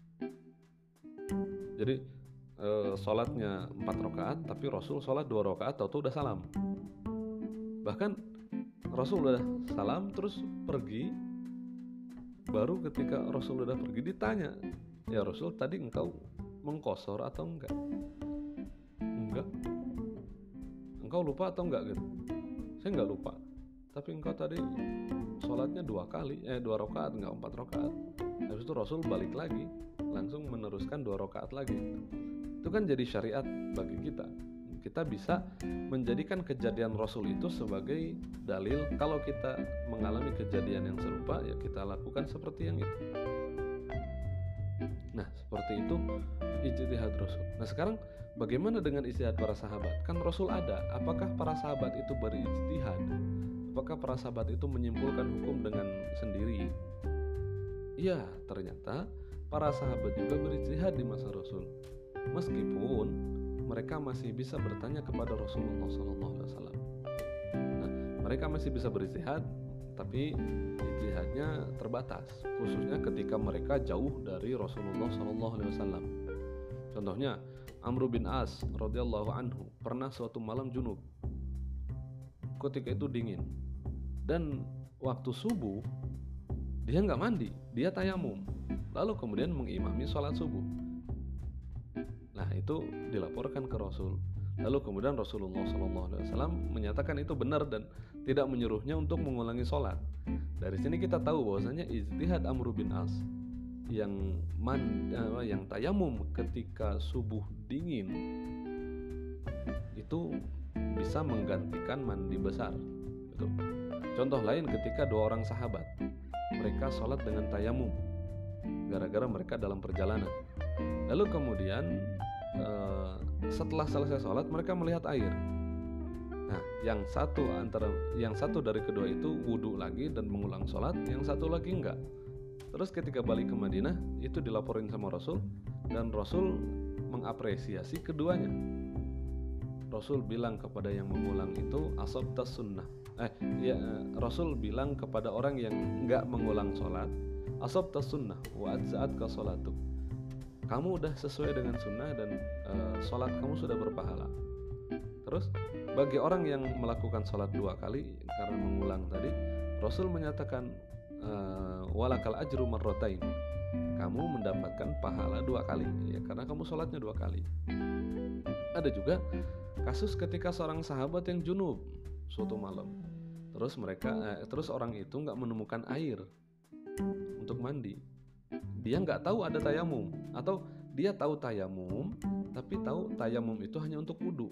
Jadi sholatnya 4 rakaat, tapi Rasul sholat 2 rakaat atau udah salam. Bahkan Rasul udah salam terus pergi. Baru ketika Rasul udah pergi ditanya, ya Rasul tadi engkau mengqosor atau enggak? Enggak. Engkau lupa atau enggak gitu? Saya enggak lupa. Tapi engkau tadi sholatnya 2 rakaat, enggak 4 rakaat. Habis itu Rasul balik lagi, langsung meneruskan 2 rakaat lagi. Itu kan jadi syariat bagi kita. Kita bisa menjadikan kejadian Rasul itu sebagai dalil kalau kita mengalami kejadian yang serupa, ya kita lakukan seperti yang itu. Nah, seperti itu ijtihad Rasul. Nah, sekarang bagaimana dengan ijtihad para sahabat? Kan Rasul ada. Apakah para sahabat itu berijtihad? Apakah para sahabat itu menyimpulkan hukum dengan sendiri? Ya, ternyata para sahabat juga berijtihad di masa Rasul. Meskipun mereka masih bisa bertanya kepada Rasulullah SAW. Nah, mereka masih bisa berijtihad, tapi ijtihadnya terbatas, khususnya ketika mereka jauh dari Rasulullah SAW. Contohnya Amr bin As radhiyallahu anhu pernah suatu malam junub. Ketika itu dingin dan waktu subuh dia nggak mandi, dia tayamum, lalu kemudian mengimami sholat subuh. Nah, itu dilaporkan ke Rasul. Lalu kemudian Rasulullah SAW menyatakan itu benar dan tidak menyuruhnya untuk mengulangi sholat. Dari sini kita tahu bahwasanya ijtihad Amr bin As yang tayamum ketika subuh dingin itu bisa menggantikan mandi besar. Gitu. Contoh lain ketika 2 orang sahabat mereka sholat dengan tayamum gara-gara mereka dalam perjalanan. Lalu kemudian setelah selesai sholat mereka melihat air. yang satu dari kedua itu wudu lagi dan mengulang sholat, yang satu lagi enggak. Terus ketika balik ke Madinah itu dilaporin sama Rasul, dan Rasul mengapresiasi keduanya. Rasul bilang kepada yang mengulang itu asabtas sunnah. Rasul bilang kepada orang yang enggak mengulang sholat, asabtas sunnah wa adza'atka sholatuk. Kamu udah sesuai dengan sunnah dan sholat kamu sudah berpahala. Terus bagi orang yang melakukan sholat 2 kali karena mengulang tadi, Rasul menyatakan walakal ajru marrotain, kamu mendapatkan pahala 2 kali ya, karena kamu sholatnya 2 kali. Ada juga kasus ketika seorang sahabat yang junub suatu malam, terus orang itu nggak menemukan air untuk mandi. Dia nggak tahu ada tayamum, atau dia tahu tayamum tapi tahu tayamum itu hanya untuk wudu.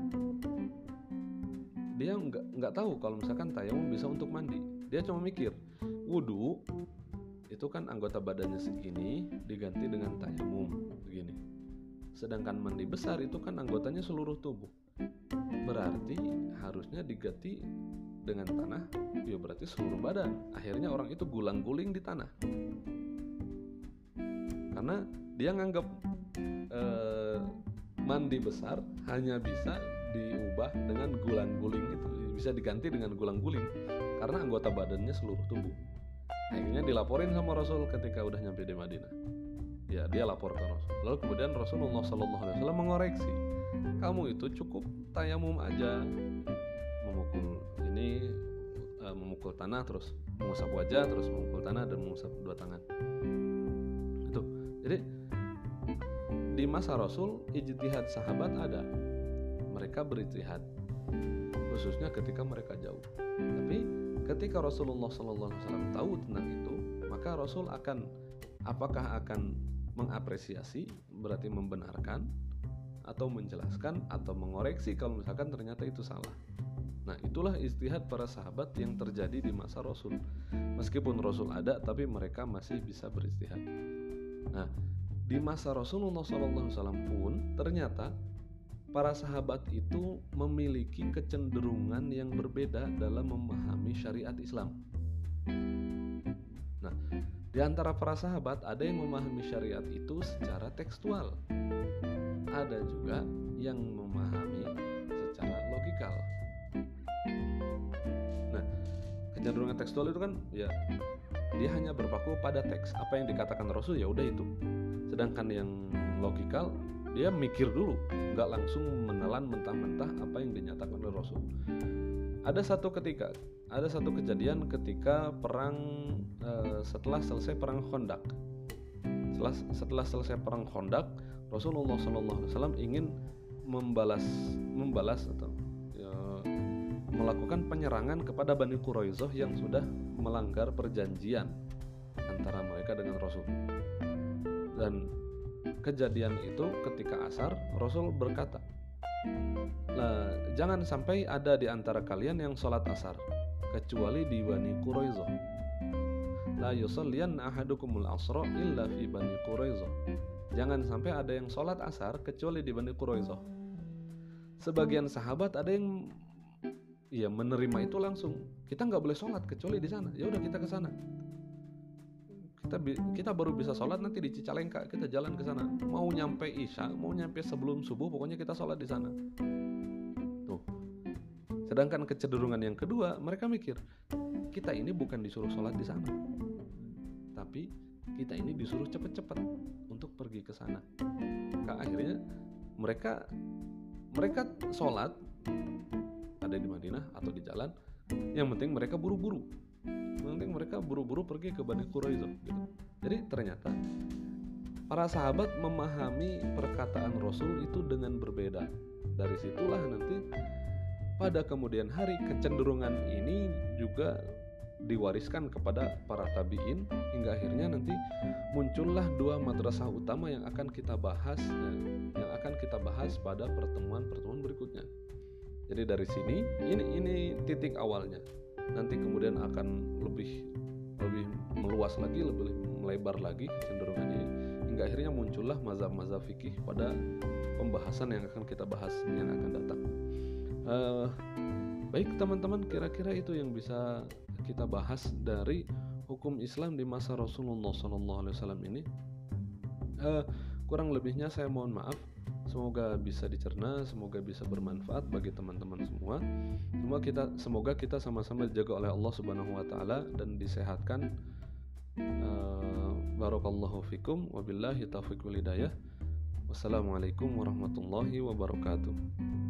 Dia nggak tahu kalau misalkan tayamum bisa untuk mandi. Dia cuma mikir wudu itu kan anggota badannya segini diganti dengan tayamum begini. Sedangkan mandi besar itu kan anggotanya seluruh tubuh. Berarti harusnya diganti dengan tanah, ya berarti seluruh badan. Akhirnya orang itu gulang-guling di tanah. Karena dia nganggap mandi besar hanya bisa diubah dengan gulang-guling itu, bisa diganti dengan gulang-guling karena anggota badannya seluruh tubuh. Akhirnya dilaporin sama Rasul ketika udah nyampe di Madinah. Ya, dia lapor ke Rasul. Lalu kemudian Rasulullah SAW mengoreksi, kamu itu cukup tayamum aja, memukul tanah, terus mengusap wajah, terus memukul tanah dan mengusap 2 tangan. Itu. Jadi di masa Rasul ijtihad sahabat ada, mereka berijtihad khususnya ketika mereka jauh. Tapi ketika Rasulullah SAW tahu tentang itu, maka Rasul apakah akan mengapresiasi, berarti membenarkan, atau menjelaskan, atau mengoreksi kalau misalkan ternyata itu salah. Nah, itulah ijtihad para sahabat yang terjadi di masa Rasul. Meskipun Rasul ada, tapi mereka masih bisa berijtihad. Nah, di masa Rasulullah SAW pun ternyata para sahabat itu memiliki kecenderungan yang berbeda dalam memahami syariat Islam. Nah, di antara para sahabat ada yang memahami syariat itu secara tekstual, ada juga yang memahami secara logikal. Nah, kecenderungan tekstual itu kan ya dia hanya berpaku pada teks, apa yang dikatakan Rasul ya udah itu. Sedangkan yang logikal dia mikir dulu, nggak langsung menelan mentah-mentah apa yang dinyatakan oleh Rasul. Ada satu kejadian ketika perang setelah selesai perang Khandaq. Setelah selesai perang Khandaq, Rasulullah SAW ingin membalas atau melakukan penyerangan kepada Bani Quraisyah yang sudah melanggar perjanjian antara mereka dengan Rasul. Dan kejadian itu ketika asar, Rasul berkata, jangan sampai ada di antara kalian yang sholat asar kecuali di Bani Quraisyah. La yusalliyanna ahadukumul asra illa fi Bani Quraisyah. Jangan sampai ada yang sholat asar kecuali di Bani Quraisyah. Sebagian sahabat ada yang menerima itu langsung. Kita nggak boleh sholat kecuali di sana. Ya udah kita ke sana. Kita baru bisa sholat nanti di Cicalengka, kita jalan ke sana. Mau nyampe Isya, mau nyampe sebelum subuh, pokoknya kita sholat di sana. Tuh. Sedangkan kecenderungan yang kedua, mereka mikir, kita ini bukan disuruh sholat di sana, tapi kita ini disuruh cepat-cepat untuk pergi ke sana. Akhirnya mereka sholat ada di Madinah atau di jalan. Yang penting mereka buru-buru. Mereka buru-buru pergi ke Bani Quraisyah gitu. Jadi ternyata para sahabat memahami perkataan Rasul itu dengan berbeda. Dari situlah nanti pada kemudian hari kecenderungan ini juga diwariskan kepada para tabi'in, hingga akhirnya nanti muncullah 2 madrasah utama yang akan kita bahas pada pertemuan-pertemuan berikutnya. Jadi dari sini ini titik awalnya. Nanti kemudian akan lebih meluas lagi, lebih melebar lagi kecenderungannya, hingga akhirnya muncullah mazhab-mazhab fikih pada pembahasan yang akan kita bahas yang akan datang. Baik teman-teman, kira-kira itu yang bisa kita bahas dari hukum Islam di masa Rasulullah SAW ini. Kurang lebihnya saya mohon maaf. Semoga bisa dicerna, semoga bisa bermanfaat bagi teman-teman semua. Semoga kita sama-sama dijaga oleh Allah Subhanahu wa taala dan disehatkan. Barakallahu fikum, wabillahi taufiq wal hidayah. Wassalamualaikum warahmatullahi wabarakatuh.